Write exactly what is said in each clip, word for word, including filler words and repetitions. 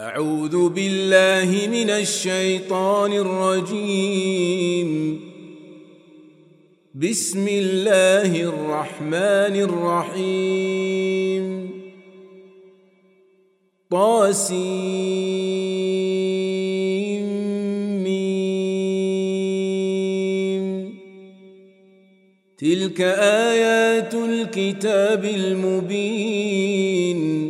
أعوذ بالله من الشيطان الرجيم. بسم الله الرحمن الرحيم. طاسيم. تلك آيات الكتاب المبين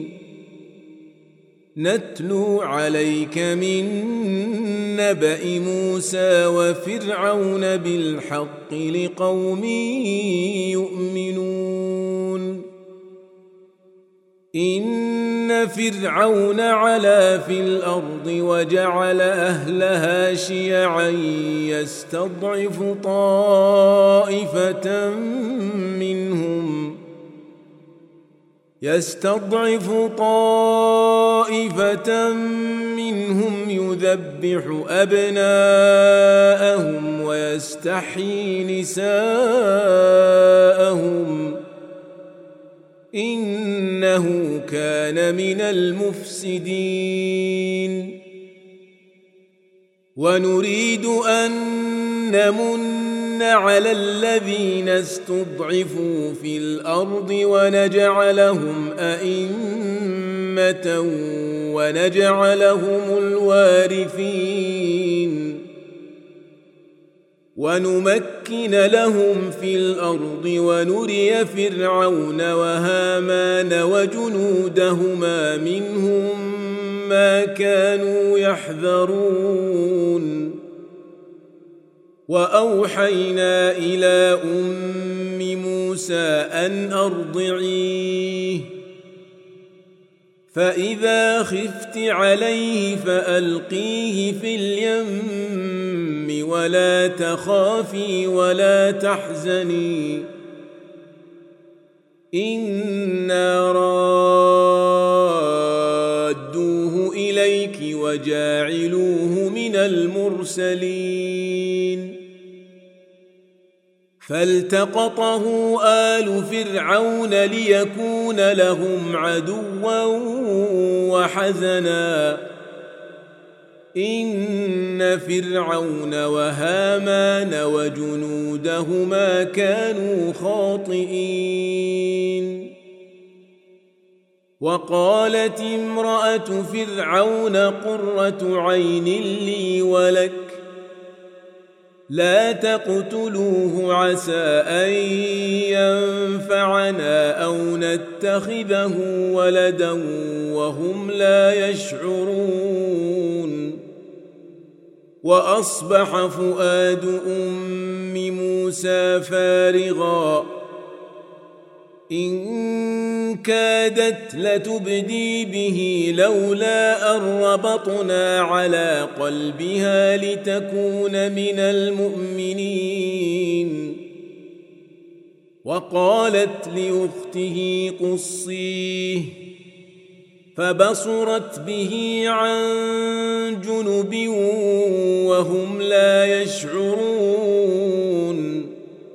نتلو عليك من نبأ موسى وفرعون بالحق لقوم يؤمنون. إن فرعون علا في الأرض وجعل أهلها شيعا يستضعف طائفة منهم يستضعف طائفة منهم يذبح أبناءهم ويستحيي نساءهم إنه كان من المفسدين. ونريد أن نمن على الذين استضعفوا في الأرض ونجعلهم أئمة ونجعلهم الوارثين ونمكن لهم في الأرض ونري فرعون وهامان وجنودهما منهم ما كانوا يحذرون. وأوحينا إلى أم موسى أن أرضعيه فإذا خفت عليه فألقيه في اليم ولا تخافي ولا تحزني إنا رادوه إليك وجاعلوه من المرسلين. فالتقطه آل فرعون ليكون لهم عدوا وحزنا إن فرعون وهامان وجنودهما كانوا خاطئين. وقالت امرأة فرعون قرة عين لي ولك لا تقتلوه عسى أن ينفعنا أو نتخذه ولدا وهم لا يشعرون. وأصبح فؤاد أم موسى فارغا إن كادت لتبدي به لولا أن ربطنا على قلبها لتكون من المؤمنين. وقالت لأخته قصيه فبصرت به عن جنب وهم لا يشعرون.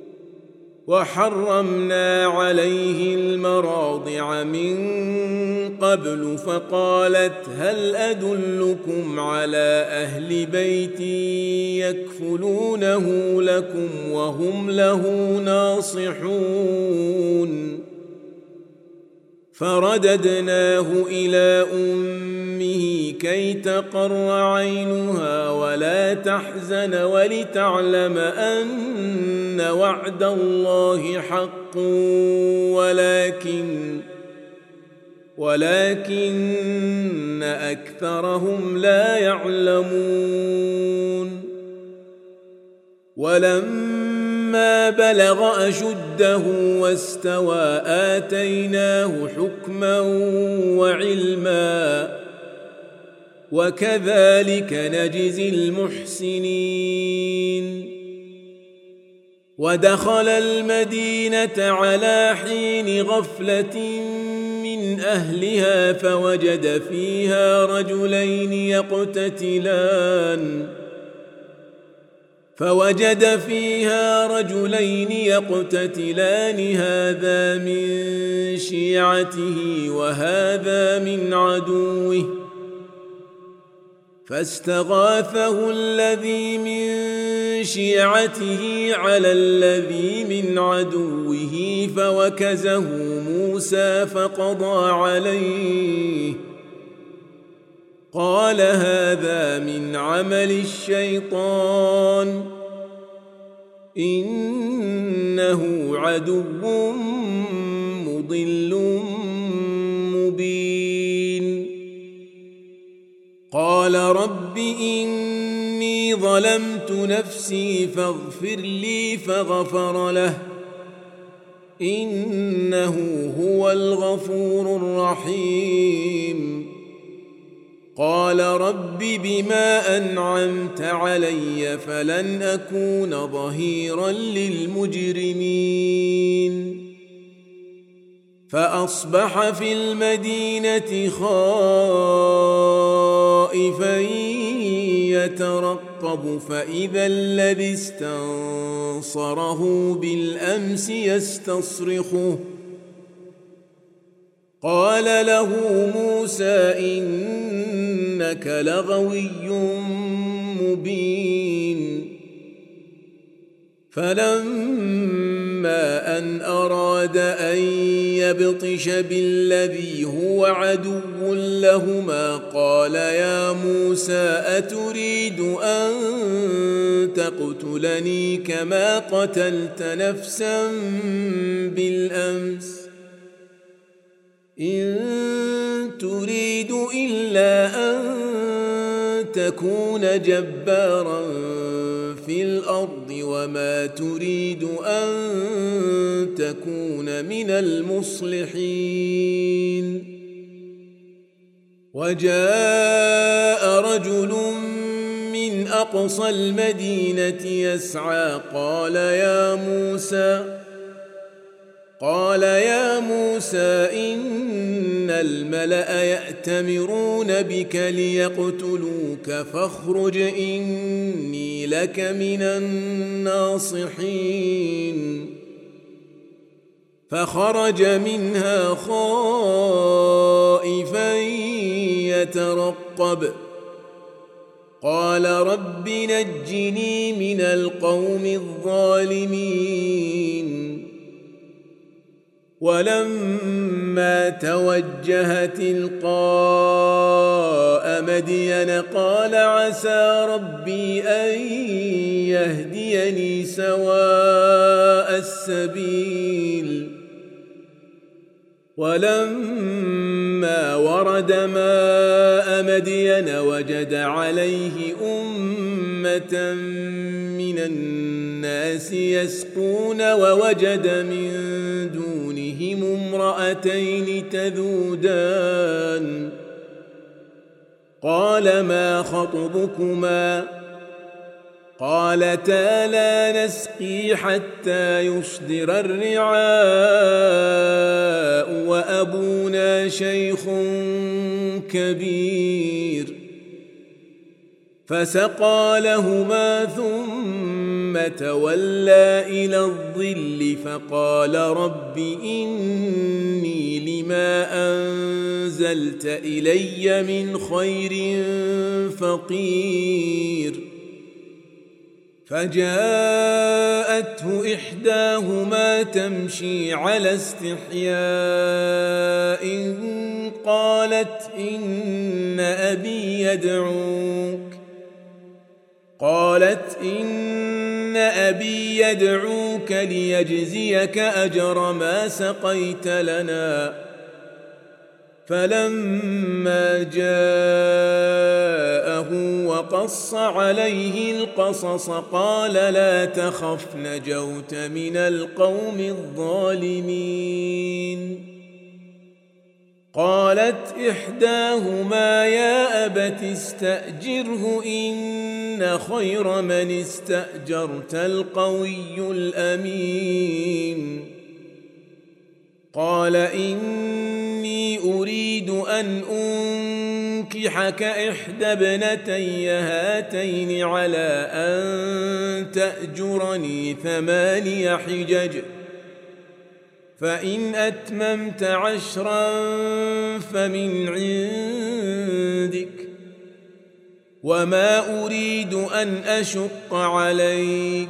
وحرمنا عليه المراضع من قبل فقالت هل أدلكم على أهل بيت يكفلونه لكم وهم له ناصحون. فرددناه إلى أمه كي تقر عينها ولا تحزن ولتعلم أن وعد الله حق ولكن ولكن أكثرهم لا يعلمون. ولما بلغ أشده واستوى آتيناه حكما وعلما وكذلك نجزي المحسنين. ودخل المدينة على حين غفلة من أهلها فوجد فيها رجلين يقتتلان فوجد فيها رجلين يقتتلان هذا من شيعته وهذا من عدوه فاستغاثه الذي من شيعته على الذي من عدوه فوكزه موسى فقضى عليه قال هذا من عمل الشيطان إنه عدو مضل مبين قال رب إني ظلمت نفسي فاغفر لي فغفر له إنه هو الغفور الرحيم قال رب بما أنعمت علي فلن أكون ظهيرا للمجرمين فأصبح في المدينة خائفا يترقب فإذا الذي استنصره بالأمس يستصرخه قال له موسى إنك لغوي مبين فلما أن أراد أن يبطش بالذي هو عدو لهما قال يا موسى أتريد أن تقتلني كما قتلت نفسا بالأمس إن تريد إلا أن تكون جبارا في الأرض وما تريد أن تكون من المصلحين وجاء رجل من أقصى المدينة يسعى قال يا موسى قال يا موسى إن الملأ يأتمرون بك ليقتلوك فاخرج إني لك من الناصحين فخرج منها خائفا يترقب قال رب نجني من القوم الظالمين ولما توجه تلقاء مدين قال عسى ربي أن يهديني سواء السبيل ولما ورد ماء مدين وجد عليه أمة من الناس يسقون ووجد من دونهم امرأتين تذودان قال ما خطبكما قالتا لا نسقي حتى يصدر الرعاء وأبونا شيخ كبير فسقى لهما ثم تولى إلى الظل فقال رب إني لما أنزلت إلي من خير فقير فجاءته إحداهما تمشي على استحياء قالت إن أبي يدعوك قالت إن أبي يدعوك ليجزيك أجر ما سقيت لنا فلما جاءه وقص عليه القصص قال لا تخف نجوت من القوم الظالمين قالت إحداهما يا أبت استأجره إن خير من استأجرت القوي الأمين قال إني أريد أن أنكحك إحدى ابنتي هاتين على أن تأجرني ثماني حجج فإن أتممت عشرا فمن عندك وما أريد أن أشق عليك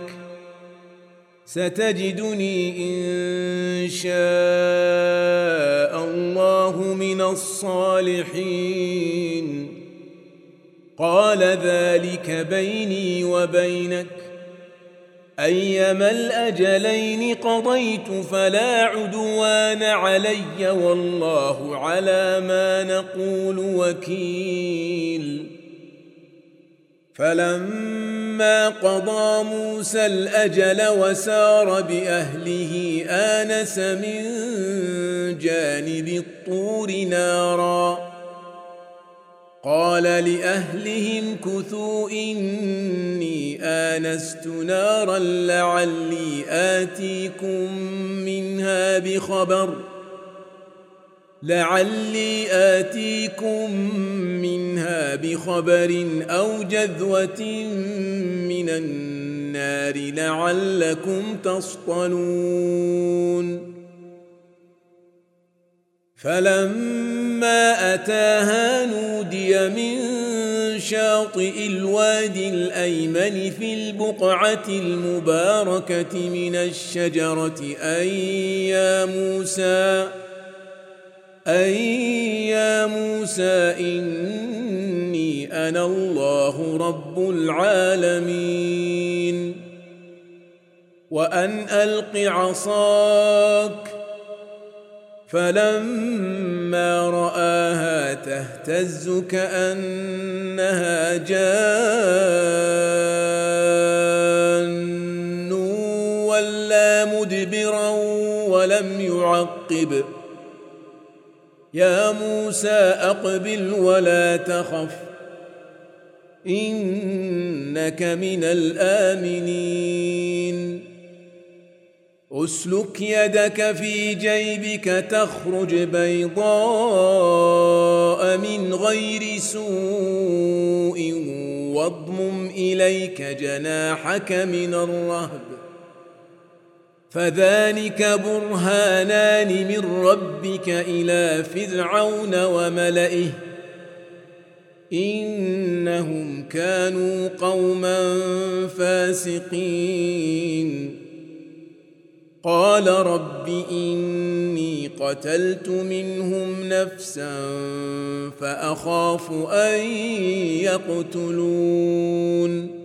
ستجدني إن شاء الله من الصالحين قال ذلك بيني وبينك أيما الأجلين قضيت فلا عدوان علي والله على ما نقول وكيل فلما قضى موسى الأجل وسار بأهله آنس من جانب الطور نارا قال لأهلهم كثوا إني آنست نارا لعلي آتيكم منها بخبر لعلي آتيكم منها بخبر أو جذوة من النار لعلكم تصطلون فلما أتاها نودي من شاطئ الوادي الأيمن في البقعة المباركة من الشجرة أي يا موسى أي يا موسى إني أنا الله رب العالمين وأن ألق عصاك فلما رآها تهتز كأنها جان ولا مدبرا ولم يعقب يا موسى أقبل ولا تخف إنك من الآمنين أسلك يدك في جيبك تخرج بيضاء من غير سوء واضمم إليك جناحك من الرهب فذلك برهانان من ربك إلى فرعون وملئه إنهم كانوا قوما فاسقين قال رب إني قتلت منهم نفسا فأخاف أن يقتلون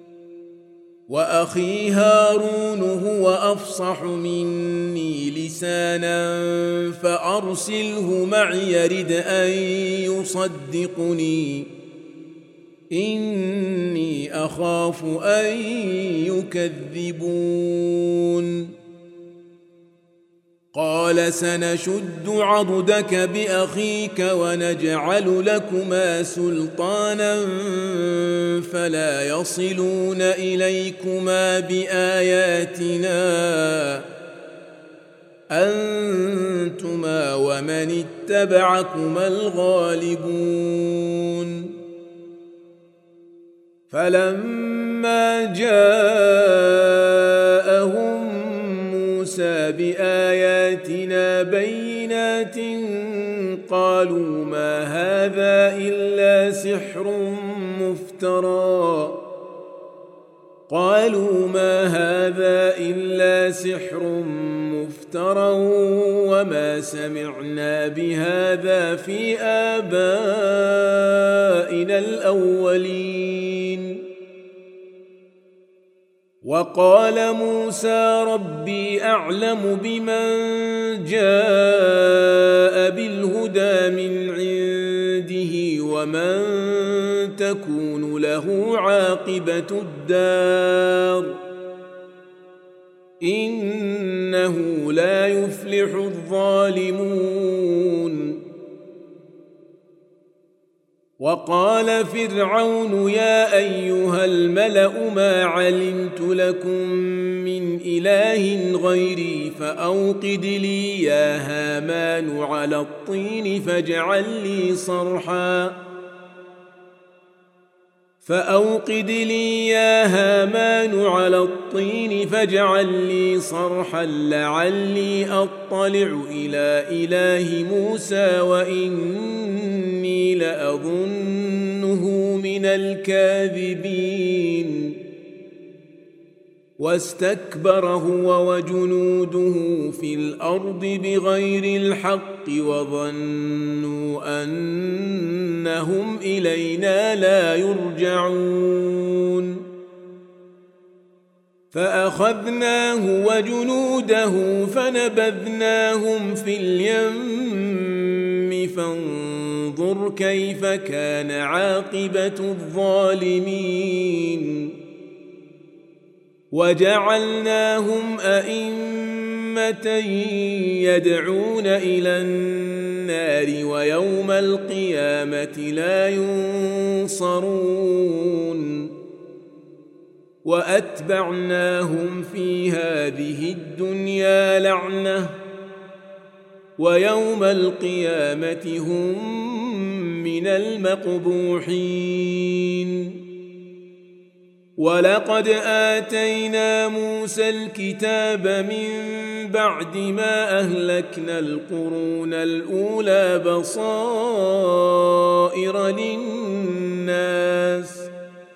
وأخي هارون هو أفصح مني لسانا فأرسله معي يرد أن يصدقني إني أخاف أن يكذبون قال سنشد عضدك بأخيك ونجعل لكما سلطانا فلا يصلون إليكما بآياتنا أنتما ومن اتبعكما الغالبون فلما جاءهم موسى بآياتنا بينات قالوا ما هذا إلا سحر مفترى قالوا ما هذا إلا سحر مفترى وما سمعنا بهذا في آبائنا الأولين وقال موسى ربي أعلم بمن جاء بالهدى من عنده ومن تكون له عاقبة الدار إنه لا يفلح الظالمون وقال فرعون يا أيها الملأ ما علمت لكم من إله غيري فأوقد لي يا هامان على الطين فاجعل لي صرحا فأوقد لي يا هامان على الطين فاجعل لي صرحا لعلي أطلع إلى إله موسى وإني لأظنه من الكاذبين واستكبر هو وجنوده في الأرض بغير الحق وظنوا أنهم إلينا لا يرجعون فأخذناه وجنوده فنبذناهم في اليم فانظر كيف كان عاقبة الظالمين وجعلناهم أئمة يدعون إلى النار ويوم القيامة لا ينصرون وأتبعناهم في هذه الدنيا لعنة ويوم القيامة هم من المقبوحين ولقد آتينا موسى الكتاب من بعد ما أهلكنا القرون الأولى بصائر للناس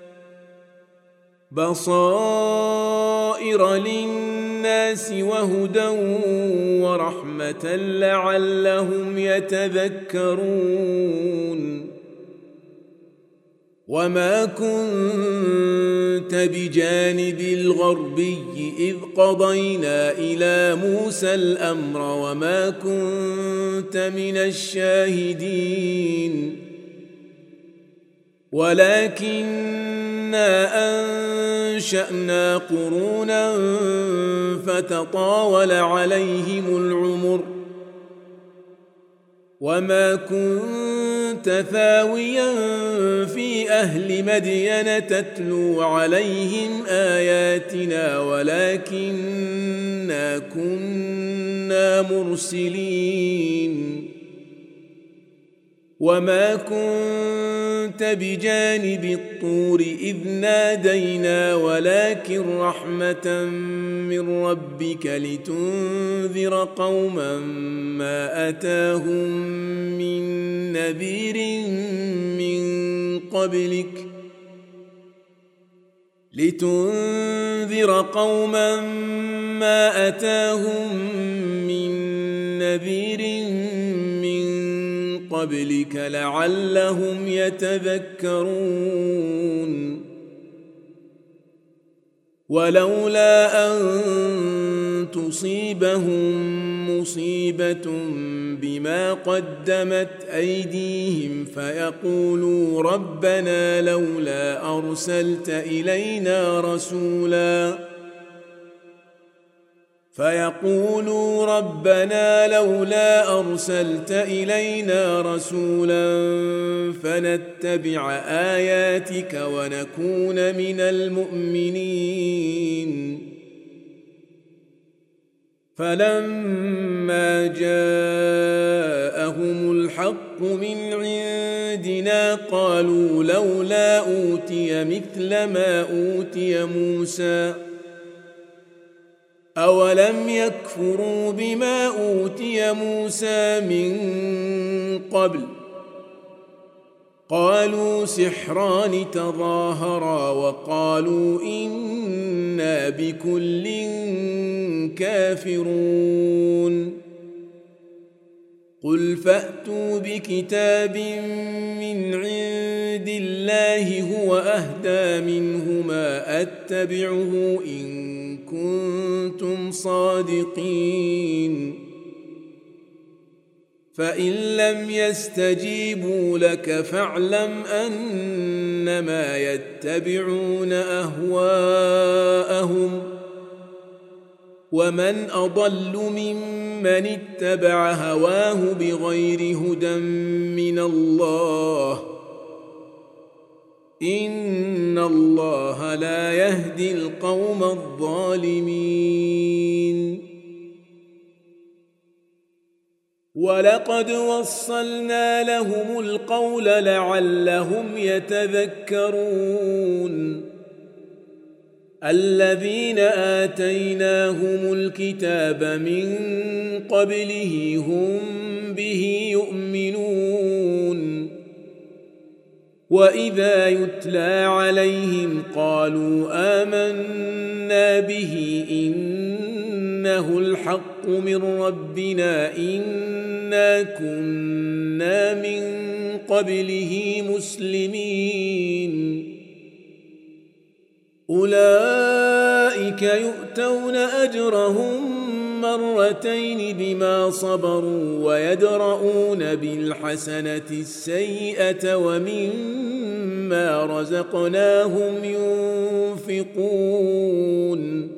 بصائر للناس وهدى ورحمة لعلهم يتذكرون وما كنت بجانب الغربي إذ قضينا إلى موسى الأمر وما كنت من الشاهدين ولكننا أنشأنا قرونا فتطاول عليهم العمر وما كنت ثاويا في أهل مدين تتلو عليهم آياتنا ولكننا كنا مرسلين وما كنت بجانب الطور إذ نادينا ولكن رحمة من ربك لتنذر قوما ما أتاهم من نذير من قبلك لتنذر قوما ما أتاهم من نذير من قبلك لعلهم يتذكرون ولولا أن تصيبهم مصيبة بما قدمت أيديهم فيقولوا ربنا لولا أرسلت إلينا رسولا فيقولوا ربنا لولا أرسلت إلينا رسولا فنتبع آياتك ونكون من المؤمنين فلما جاءهم الحق من عندنا قالوا لولا أوتي مثل ما أوتي موسى أولم يكفروا بما أوتي موسى من قبل قالوا سحران تظاهرا وقالوا إنا بكل كافرون قل فأتوا بكتاب من عند الله هو أهدى منهما أتبعه إن كنتم صادقين فإن لم يستجيبوا لك فاعلم أنما يتبعون أهواءهم ومن أضل ممن اتبع هواه بغير هدى من الله إن الله لا يهدي القوم الظالمين ولقد وصلنا لهم القول لعلهم يتذكرون الذين آتيناهم الكتاب من قبله هم به يؤمنون وإذا يتلى عليهم قالوا آمنا به إنه الحق من ربنا إنا كنا من قبله مسلمين أولئك يؤتون أجرهم مرتين بما صبروا ويدرؤون بالحسنة السيئة ومما رزقناهم ينفقون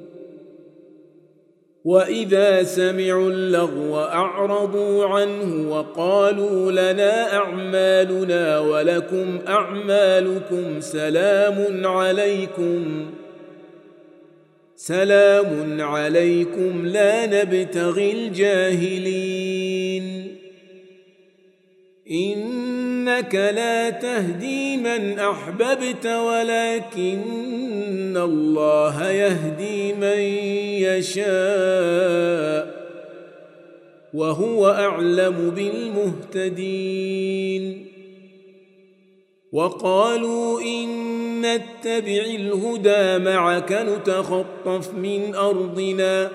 وإذا سمعوا اللغو أعرضوا عنه وقالوا لنا أعمالنا ولكم أعمالكم سلام عليكم سلام عليكم لا نبتغي الجاهلين إنك لا تهدي من أحببت ولكن الله يهدي من يشاء وهو أعلم بالمهتدين وقالوا إن نتبع الهدى معك نتخطف من أرضنا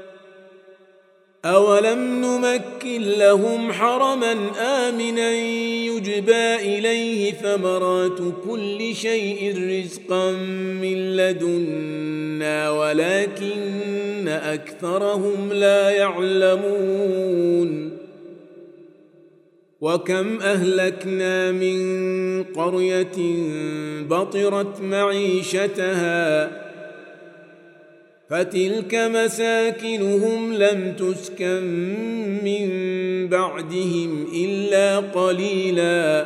أولم نمكن لهم حرما آمنا يجبى إليه ثمرات كل شيء رزقا من لدنا ولكن أكثرهم لا يعلمون وكم أهلكنا من قرية بطرت معيشتها فتلك مساكنهم لم تسكن من بعدهم إلا قليلا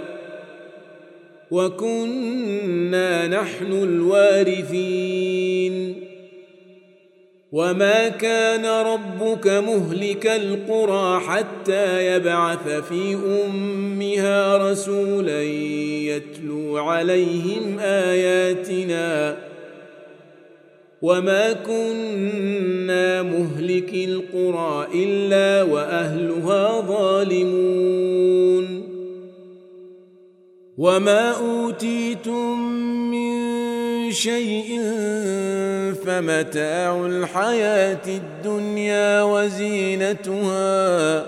وكنا نحن الوارثين وما كان ربك مهلك القرى حتى يبعث في أمها رسولا يتلو عليهم آياتنا وما كنا مهلك القرى إلا وأهلها ظالمون وما أوتيتم من شيء فمتاع الحياة الدنيا وزينتها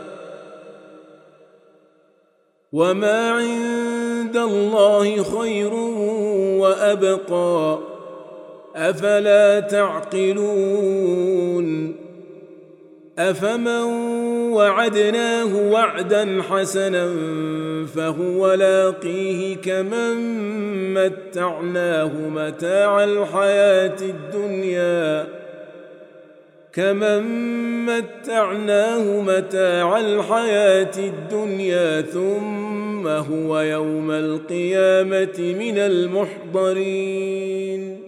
وما عند الله خير وأبقى أفلا تعقلون أفمن وعدناه وعدا حسنا فهو لاقيه كمن متعناه متاع الحياة الدنيا كمن متعناه متاع الحياة الدنيا ثم هو يوم القيامة من المحضرين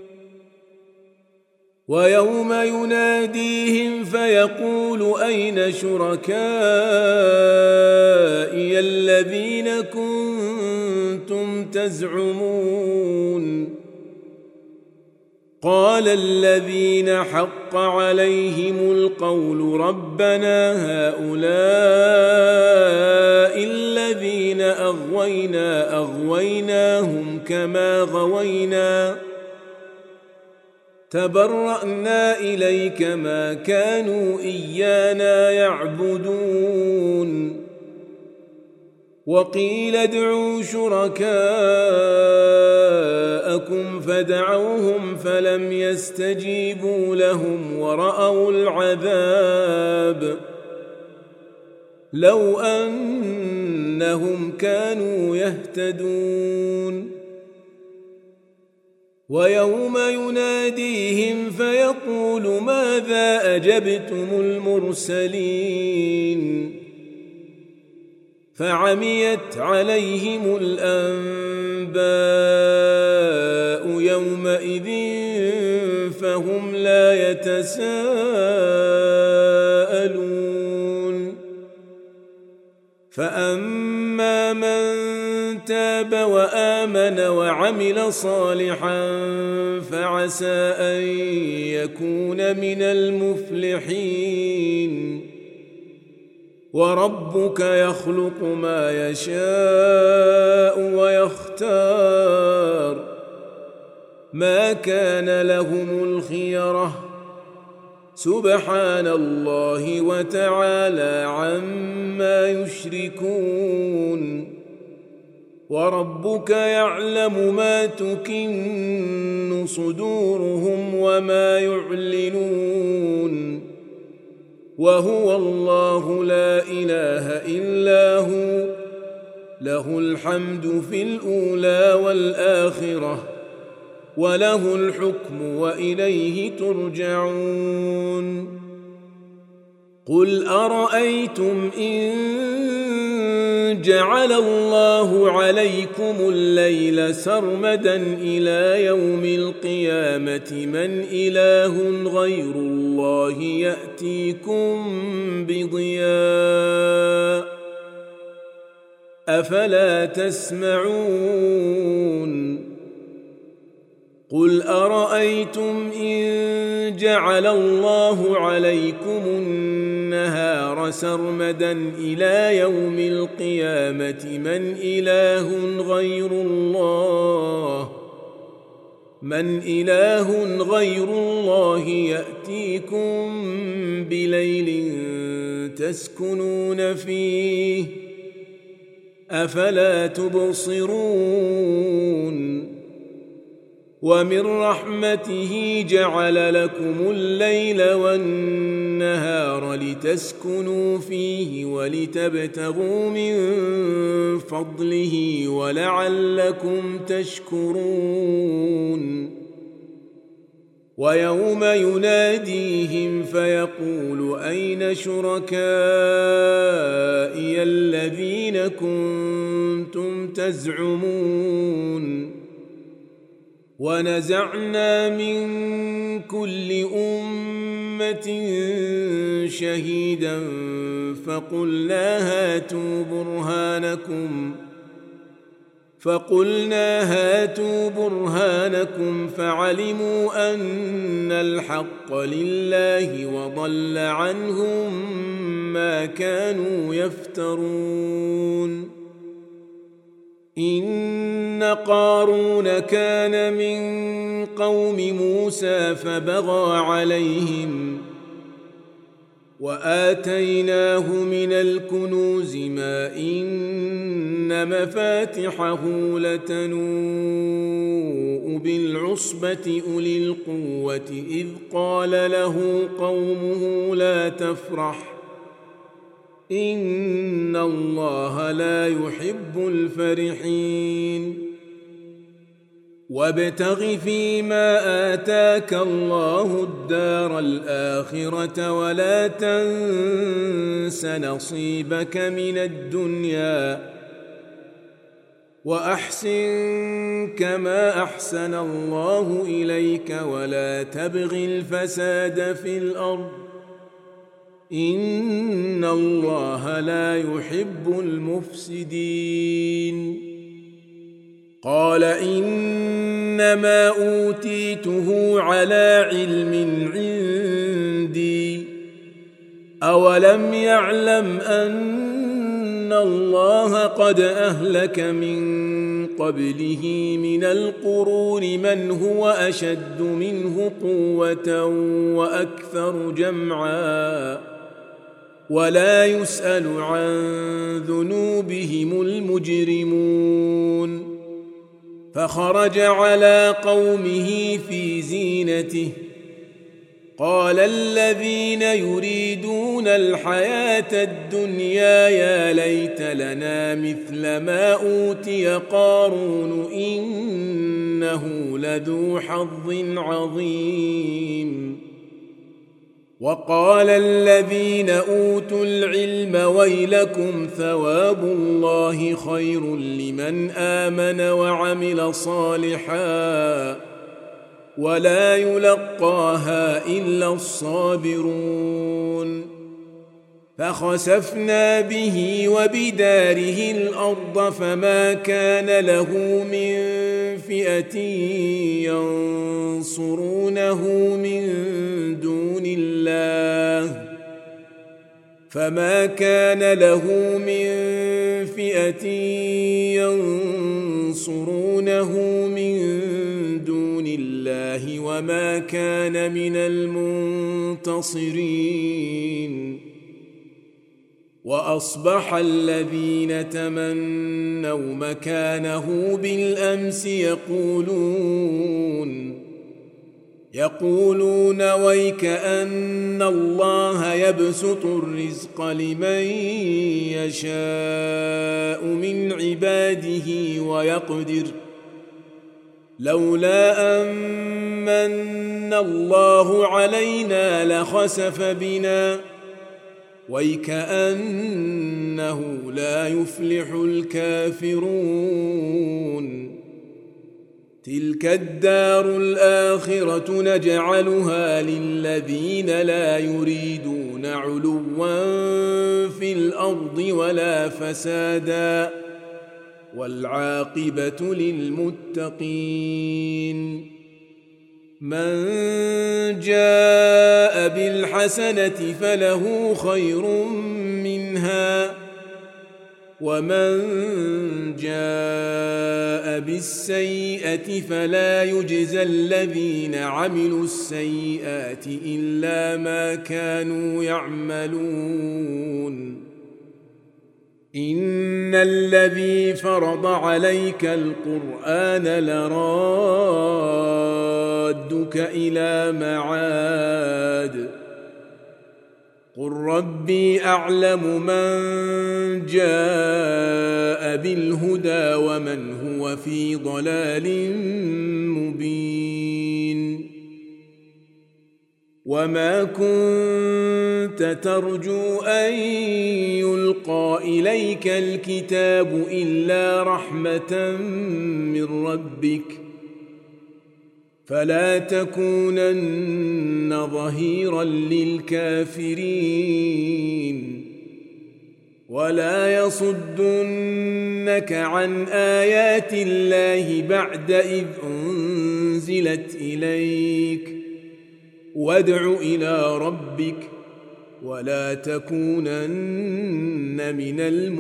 ويوم يناديهم فيقول أين شركائي الذين كنتم تزعمون قال الذين حق عليهم القول ربنا هؤلاء الذين أغوينا أغويناهم كما غوينا تبرأنا إليك ما كانوا إيانا يعبدون وقيل ادعوا شركاءكم فدعوهم فلم يستجيبوا لهم ورأوا العذاب لو أنهم كانوا يهتدون ويوم يناديهم فيقول ماذا أجبتم المرسلين فعميت عليهم الأنباء يومئذ فهم لا يتساءلون فأما من تاب وآمن وعمل صالحا فعسى أن يكون من المفلحين. وربك يخلق ما يشاء ويختار ما كان لهم الخيرة سبحان الله وتعالى عما يشركون. وربك يعلم ما تكن صدورهم وما يعلنون وهو الله لا إله إلا هو له الحمد في الأولى والآخرة وله الحكم وإليه ترجعون. قل أرأيتم إن جعل الله عليكم الليل سرمدا إلى يوم القيامة من إله غير الله يأتيكم بضياء أفلا تسمعون. قل أرأيتم إن جعل الله عليكم النهار سرمدا إلى يوم القيامة من إله غير الله من إله غير الله يأتيكم بليل تسكنون فيه أفلا تبصرون. ومن رحمته جعل لكم الليل والنهار لتسكنوا فيه ولتبتغوا من فضله ولعلكم تشكرون. ويوم يناديهم فيقول أين شركائي الذين كنتم تزعمون. ونزعنا من كل أمة شهيدا فقلنا هاتوا برهانكم فقلنا هاتوا برهانكم فعلموا أن الحق لله وضل عنهم ما كانوا يفترون. إن قارون كان من قوم موسى فبغى عليهم وآتيناه من الكنوز ما إن مفاتحه لتنوء بالعصبة أولي القوة إذ قال له قومه لا تفرح إن الله لا يحب الفرحين. وابتغ فيما آتاك الله الدار الآخرة ولا تنس نصيبك من الدنيا وأحسن كما أحسن الله إليك ولا تبغ الفساد في الأرض إن الله لا يحب المفسدين. قال إنما أوتيته على علم عندي أولم يعلم أن الله قد أهلك من قبله من القرون من هو أشد منه قوة وأكثر جمعا ولا يسأل عن ذنوبهم المجرمون. فخرج على قومه في زينته قال الذين يريدون الحياة الدنيا يا ليت لنا مثل ما أوتي قارون إنه لذو حظ عظيم. وقال الذين أوتوا العلم ويلكم ثواب الله خير لمن آمن وعمل صالحا ولا يلقاها إلا الصابرون. فخسفنا به وبداره الأرض فما كان له من فئة ينصرونه من دون الله فما كان له من فئة ينصرونه من دون الله وما كان من المنتصرين وأصبح الذين تمنوا مكانه بالأمس يقولون يقولون ويكأن الله يبسط الرزق لمن يشاء من عباده ويقدر لولا أمن الله علينا لخسف بنا ويكأنه لا يفلح الكافرون تلك الدار الآخرة نجعلها للذين لا يريدون علوا في الأرض ولا فسادا والعاقبة للمتقين من جاء بالحسنة فله خير منها ومن جاء بالسيئة فلا يجزى الذين عملوا السيئات إلا ما كانوا يعملون إن الذي فرض عليك القرآن لرادك إلى معاد قل ربي أعلم من جاء بالهدى ومن هو في ضلال مبين وما كنت ترجو أن يلقى إليك الكتاب إلا رحمة من ربك فلا تكونن ظهيرا للكافرين ولا يصدنك عن آيات الله بعد إذ أنزلت إليك وادع إلى ربك ولا تكونن من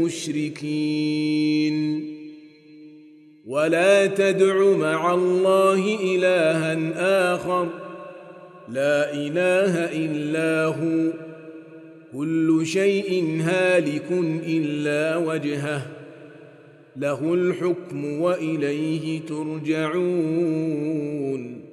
المشركين ولا تدع مع الله إلها آخر لا إله إلا هو كل شيء هالك إلا وجهه له الحكم وإليه ترجعون